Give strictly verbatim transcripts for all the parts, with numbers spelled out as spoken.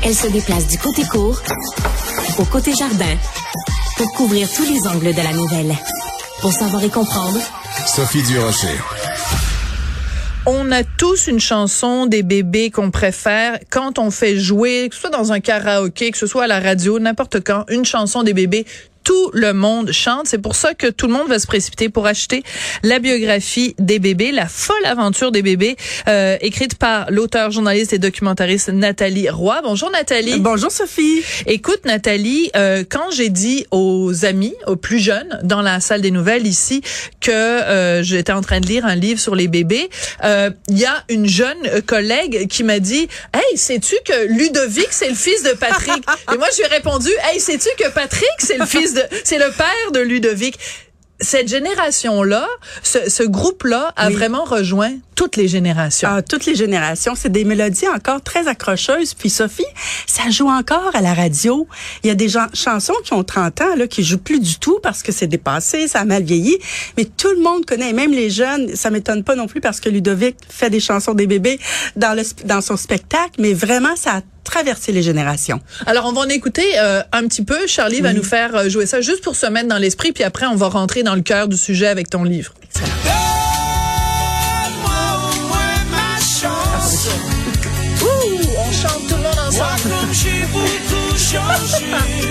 Elle se déplace du côté court au côté jardin pour couvrir tous les angles de la nouvelle. Pour savoir et comprendre, Sophie Durocher. On a tous une chanson des bébés qu'on préfère quand on fait jouer, que ce soit dans un karaoké, que ce soit à la radio, n'importe quand, une chanson des bébés. Tout le monde chante. C'est pour ça que tout le monde va se précipiter pour acheter la biographie des bébés, La folle aventure des bébés, euh, écrite par l'auteur, journaliste et documentariste Nathalie Roy. Bonjour Nathalie. Bonjour Sophie. Écoute Nathalie, euh, quand j'ai dit aux amis, aux plus jeunes, dans la salle des nouvelles ici, que euh, j'étais en train de lire un livre sur les bébés, euh, il y a une jeune collègue qui m'a dit « Hey, sais-tu que Ludovic, c'est le fils de Patrick? » Et moi, je lui ai répondu « Hey, sais-tu que Patrick, c'est le fils de... c'est le père de Ludovic. » Cette génération-là, ce, ce groupe-là a oui. vraiment rejoint toutes les générations. Ah, toutes les générations. C'est des mélodies encore très accrocheuses. Puis Sophie, ça joue encore à la radio. Il y a des gens, chansons qui ont trente ans, là, qui jouent plus du tout parce que c'est dépassé, ça a mal vieilli. Mais tout le monde connaît, même les jeunes. Ça m'étonne pas non plus parce que Ludovic fait des chansons des bébés dans le, dans son spectacle. Mais vraiment, ça a traverser les générations. Alors, on va en écouter euh, un petit peu. Charlie oui. va nous faire jouer ça juste pour se mettre dans l'esprit, puis après, on va rentrer dans le cœur du sujet avec ton livre. Excellent. Donne-moi au moins ma chance. Ouh, on chante tout le monde ensemble. Moi, comme j'ai beaucoup changé.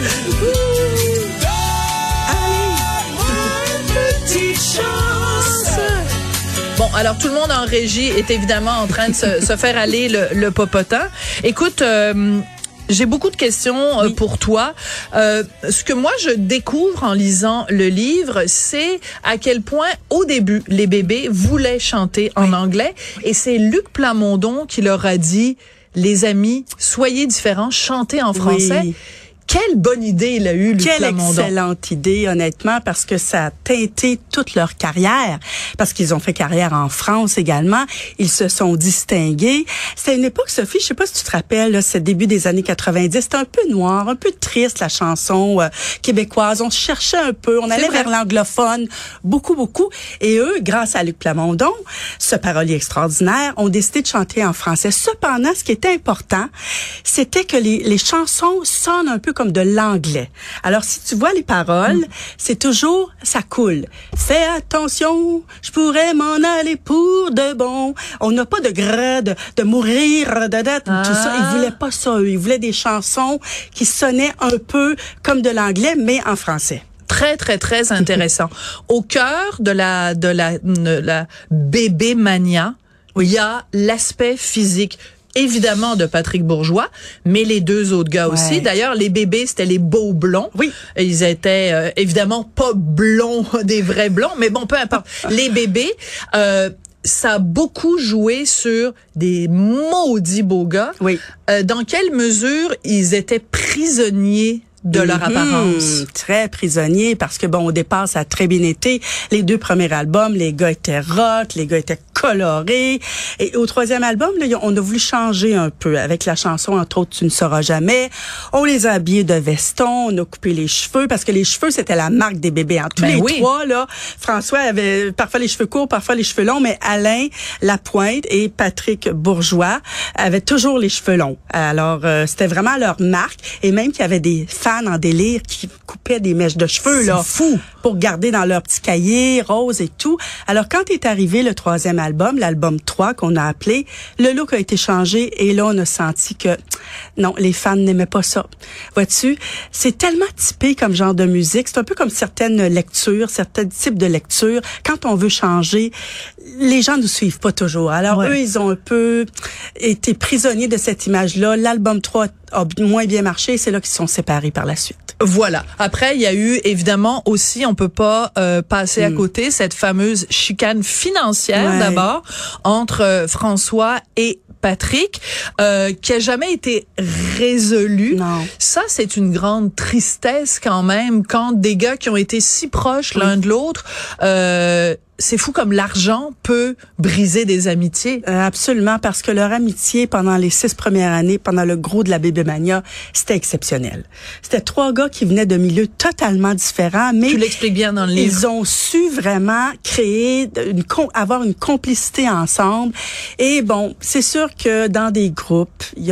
Donne-moi une petite chance. Bon, alors tout le monde en régie est évidemment en train de se, se faire aller le, le popotin. Écoute, euh, j'ai beaucoup de questions euh, oui. pour toi. Euh, ce que moi je découvre en lisant le livre, c'est à quel point au début les bébés voulaient chanter en oui. anglais, et c'est Luc Plamondon qui leur a dit « Les amis, soyez différents, chantez en français. Oui. » Quelle bonne idée il a eu, Luc Quelle Plamondon. excellente idée, honnêtement, parce que ça a teinté toute leur carrière, parce qu'ils ont fait carrière en France également. Ils se sont distingués. C'était une époque, Sophie, je sais pas si tu te rappelles, là, c'est début des années quatre-vingt-dix. C'était un peu noir, un peu triste, la chanson euh, québécoise. On cherchait un peu, on allait vers l'anglophone, beaucoup, beaucoup. Et eux, grâce à Luc Plamondon, ce parolier extraordinaire, ont décidé de chanter en français. Cependant, ce qui était important, c'était que les, les chansons sonnent un peu comme de l'anglais. Alors, si tu vois les paroles, mm. c'est toujours, ça coule. Fais attention, je pourrais m'en aller pour de bon. On n'a pas de gré, de, de mourir, de, de, ah. tout ça. Ils voulaient pas ça, eux. Ils voulaient des chansons qui sonnaient un peu comme de l'anglais, mais en français. Très, très, très intéressant. Au cœur de la, de la, de la bébé mania, il y a l'aspect physique. Évidemment de Patrick Bourgeois, mais les deux autres gars ouais. aussi. D'ailleurs, les bébés, c'était les beaux blonds. Oui. Ils étaient euh, évidemment pas blonds, des vrais blonds, mais bon, peu importe. Les bébés, euh, ça a beaucoup joué sur des maudits beaux gars. Oui. Euh, dans quelle mesure ils étaient prisonniers de leur mm-hmm. apparence. Très prisonnier, parce que bon, au départ, ça a très bien été. Les deux premiers albums, les gars étaient rock, les gars étaient colorés. Et au troisième album, là, on a voulu changer un peu avec la chanson, entre autres, Tu ne sauras jamais. On les a habillés de veston, on a coupé les cheveux, parce que les cheveux, c'était la marque des bébés. En tous ben les oui. trois, là, François avait parfois les cheveux courts, parfois les cheveux longs, mais Alain Lapointe et Patrick Bourgeois avaient toujours les cheveux longs. Alors, euh, c'était vraiment leur marque. Et même qu'il y avait des fans en délire qui coupaient des mèches de cheveux, là. Fou! Pour garder dans leur petit cahier rose et tout. Alors, quand est arrivé le troisième album, l'album trois qu'on a appelé, le look a été changé et là, on a senti que non, les fans n'aimaient pas ça. Vois-tu? C'est tellement typé comme genre de musique. C'est un peu comme certaines lectures, certains types de lectures. Quand on veut changer, les gens nous suivent pas toujours. Alors, ouais. eux, ils ont un peu été prisonniers de cette image-là. L'album trois a moins bien marché, c'est là qu'ils se sont séparés par la suite. Voilà. Après, il y a eu évidemment aussi, on peut pas euh, passer à côté, cette fameuse chicane financière ouais. d'abord entre euh, François et Patrick, euh, qui a jamais été résolue. Non. Ça, c'est une grande tristesse quand même, quand des gars qui ont été si proches oui. l'un de l'autre, euh, c'est fou comme l'argent peut briser des amitiés. Euh, absolument, parce que leur amitié pendant les six premières années, pendant le gros de la Bébémania, c'était exceptionnel. C'était trois gars qui venaient de milieux totalement différents, mais tu l'expliques bien dans le livre. Ils ont su vraiment créer, une, avoir une complicité ensemble. Et bon, c'est sûr que dans des groupes, il y a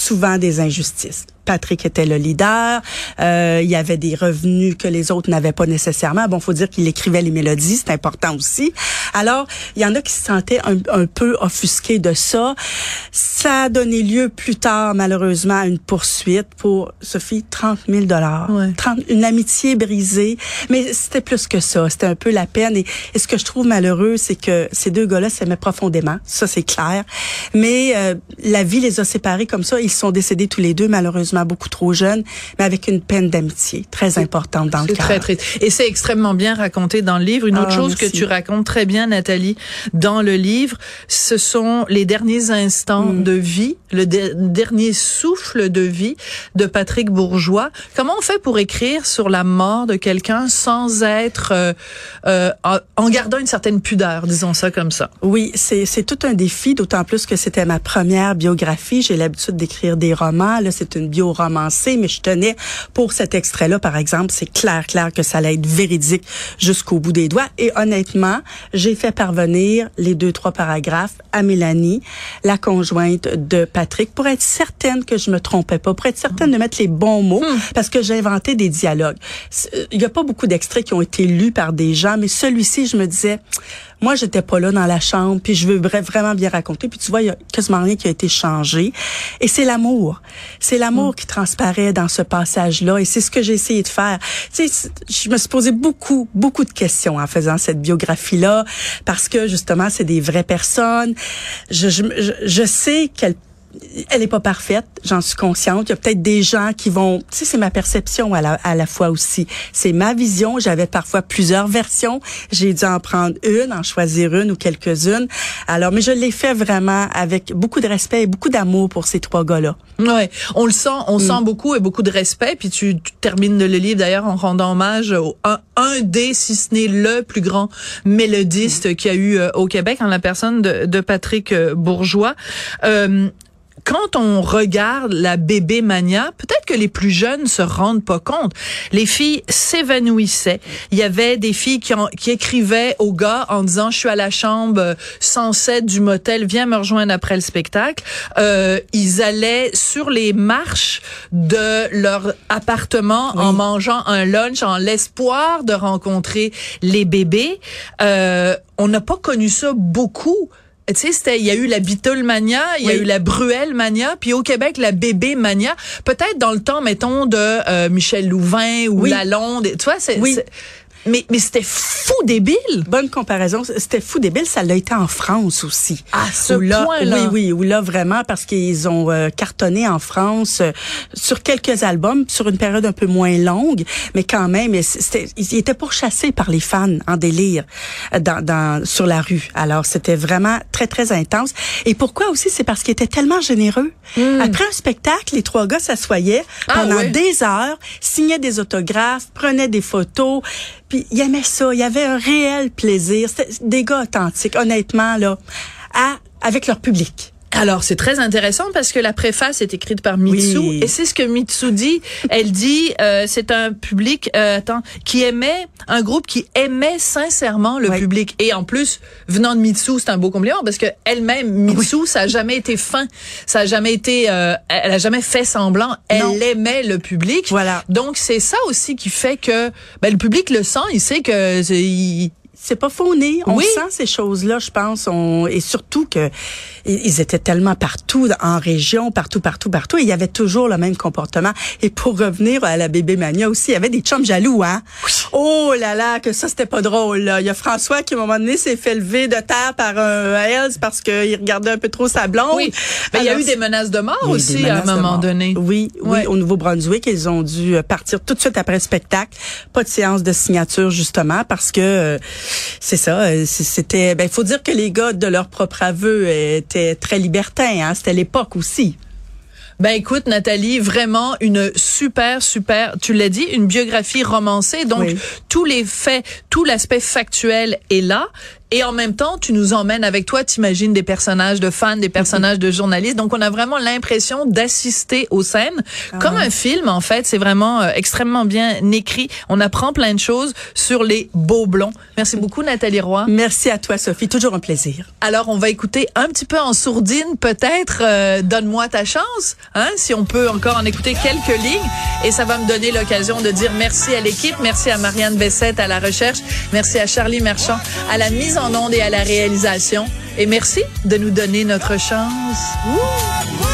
souvent des injustices. Patrick était le leader, euh, il y avait des revenus que les autres n'avaient pas nécessairement. Bon, faut dire qu'il écrivait les mélodies, c'est important aussi. Alors, il y en a qui se sentaient un, un peu offusqués de ça. Ça a donné lieu plus tard, malheureusement, à une poursuite pour, Sophie, trente mille dollars. Ouais. Une amitié brisée. Mais c'était plus que ça. C'était un peu la peine. Et, et ce que je trouve malheureux, c'est que ces deux gars-là s'aimaient profondément. Ça, c'est clair. Mais euh, la vie les a séparés comme ça. Ils sont décédés tous les deux, malheureusement, beaucoup trop jeunes, mais avec une peine d'amitié très importante dans le cœur. C'est très triste. Et c'est extrêmement bien raconté dans le livre. Une autre ah, chose merci. que tu racontes très bien, Nathalie, dans le livre, ce sont les derniers instants mm. de vie, le de- dernier souffle de vie de Patrick Bourgeois. Comment on fait pour écrire sur la mort de quelqu'un sans être, euh, euh, en gardant une certaine pudeur, disons ça comme ça? Oui, c'est, c'est tout un défi, d'autant plus que c'était ma première biographie. J'ai l'habitude d'écrire des romans. Là, c'est une bio romancée, mais je tenais, pour cet extrait-là, par exemple, c'est clair, clair que ça allait être véridique jusqu'au bout des doigts. Et honnêtement, j'ai fait parvenir les deux, trois paragraphes à Mélanie, la conjointe de Patrick, pour être certaine que je me trompais pas, pour être certaine de mettre les bons mots, mmh. parce que j'ai inventé des dialogues. Il y a pas beaucoup d'extraits qui ont été lus par des gens, mais celui-ci, je me disais, moi, j'étais pas là dans la chambre, puis je veux vraiment bien raconter. Puis tu vois, il y a quasiment rien qui a été changé. Et c'est l'amour. C'est l'amour mmh. qui transparaît dans ce passage-là. Et c'est ce que j'ai essayé de faire. Tu sais, je me suis posé beaucoup, beaucoup de questions en faisant cette biographie-là, parce que, justement, c'est des vraies personnes. Je, je, je, je sais qu'elles Elle est pas parfaite, j'en suis consciente. Il y a peut-être des gens qui vont... Tu sais, c'est ma perception à la, à la fois aussi. C'est ma vision. J'avais parfois plusieurs versions. J'ai dû en prendre une, en choisir une ou quelques-unes. Alors, mais je l'ai fait vraiment avec beaucoup de respect et beaucoup d'amour pour ces trois gars-là. Ouais, on le sent, on mm. sent beaucoup et beaucoup de respect. Puis tu, tu termines le livre d'ailleurs en rendant hommage au un, un des, si ce n'est le plus grand mélodiste mm. qu'il y a eu euh, au Québec, en la personne de, de Patrick euh, Bourgeois. Euh, Quand on regarde la bébé mania, peut-être que les plus jeunes se rendent pas compte. Les filles s'évanouissaient. Il y avait des filles qui, en, qui écrivaient aux gars en disant « Je suis à la chambre cent sept du motel, viens me rejoindre après le spectacle. Euh, » Ils allaient sur les marches de leur appartement oui. en mangeant un lunch, en l'espoir de rencontrer les bébés. Euh, on n'a pas connu ça beaucoup. Tu sais, c'était, il y a eu la Beatle mania, il y oui. a eu la Bruel mania, puis au Québec, la bébé mania. Peut-être dans le temps, mettons, de euh, Michel Louvain ou oui. Lalonde. Tu vois, c'est... Oui. c'est Mais, mais c'était fou débile. Bonne comparaison. C'était fou débile. Ça l'a été en France aussi. À ce là, point-là. Oui, oui. Où là, vraiment, parce qu'ils ont euh, cartonné en France euh, sur quelques albums, sur une période un peu moins longue, mais quand même, c'était, ils étaient pourchassés par les fans en délire dans, dans, sur la rue. Alors, c'était vraiment très, très intense. Et pourquoi aussi? C'est parce qu'ils étaient tellement généreux. Mm. Après un spectacle, les trois gars s'assoyaient ah, pendant oui. des heures, signaient des autographes, prenaient des photos. Puis il aimait ça, il y avait un réel plaisir. C'était des gars authentiques, honnêtement, là, à, avec leur public. Alors, c'est très intéressant parce que la préface est écrite par Mitsou oui. et c'est ce que Mitsou dit. Elle dit, euh, c'est un public, euh, attends, qui aimait, un groupe qui aimait sincèrement le oui. public. Et en plus, venant de Mitsou, c'est un beau compliment parce que elle-même, Mitsou, oui. ça a jamais été fin. Ça a jamais été, euh, elle a jamais fait semblant. Elle non. aimait le public. Voilà. Donc, c'est ça aussi qui fait que, ben, le public le sent, il sait que, c'est, il, c'est pas fauné. On oui. sent ces choses-là, je pense. On, et surtout que ils étaient tellement partout, en région, partout, partout, partout. Et il y avait toujours le même comportement. Et pour revenir à la bébé mania aussi, il y avait des chums jaloux, hein. Oui. Oh là là, que ça, c'était pas drôle, là. Il y a François qui, à un moment donné, s'est fait lever de terre par un Hells parce qu'il regardait un peu trop sa blonde. Oui. Mais il y a eu des menaces de mort aussi, à un moment donné. Oui, oui. Ouais. Au Nouveau-Brunswick, ils ont dû partir tout de suite après le spectacle. Pas de séance de signature, justement, parce que, c'est ça, c'était, ben, il faut dire que les gars, de leur propre aveu, étaient très libertins, hein. C'était l'époque aussi. Ben écoute, Nathalie, vraiment une super, super, tu l'as dit, une biographie romancée. Donc, oui. tous les faits, tout l'aspect factuel est là. Et en même temps, tu nous emmènes avec toi, t'imagines des personnages de fans, des personnages de journalistes. Donc, on a vraiment l'impression d'assister aux scènes. Ah. Comme un film, en fait. C'est vraiment euh, extrêmement bien écrit. On apprend plein de choses sur les beaux blonds. Merci beaucoup, Nathalie Roy. Merci à toi, Sophie. Toujours un plaisir. Alors, on va écouter un petit peu en sourdine, peut-être, euh, Donne-moi ta chance, hein, si on peut encore en écouter quelques lignes. Et ça va me donner l'occasion de dire merci à l'équipe, merci à Marianne Bessette à la recherche, merci à Charlie Merchant à la mise en onde et à la réalisation. Et merci de nous donner notre chance. Ouh!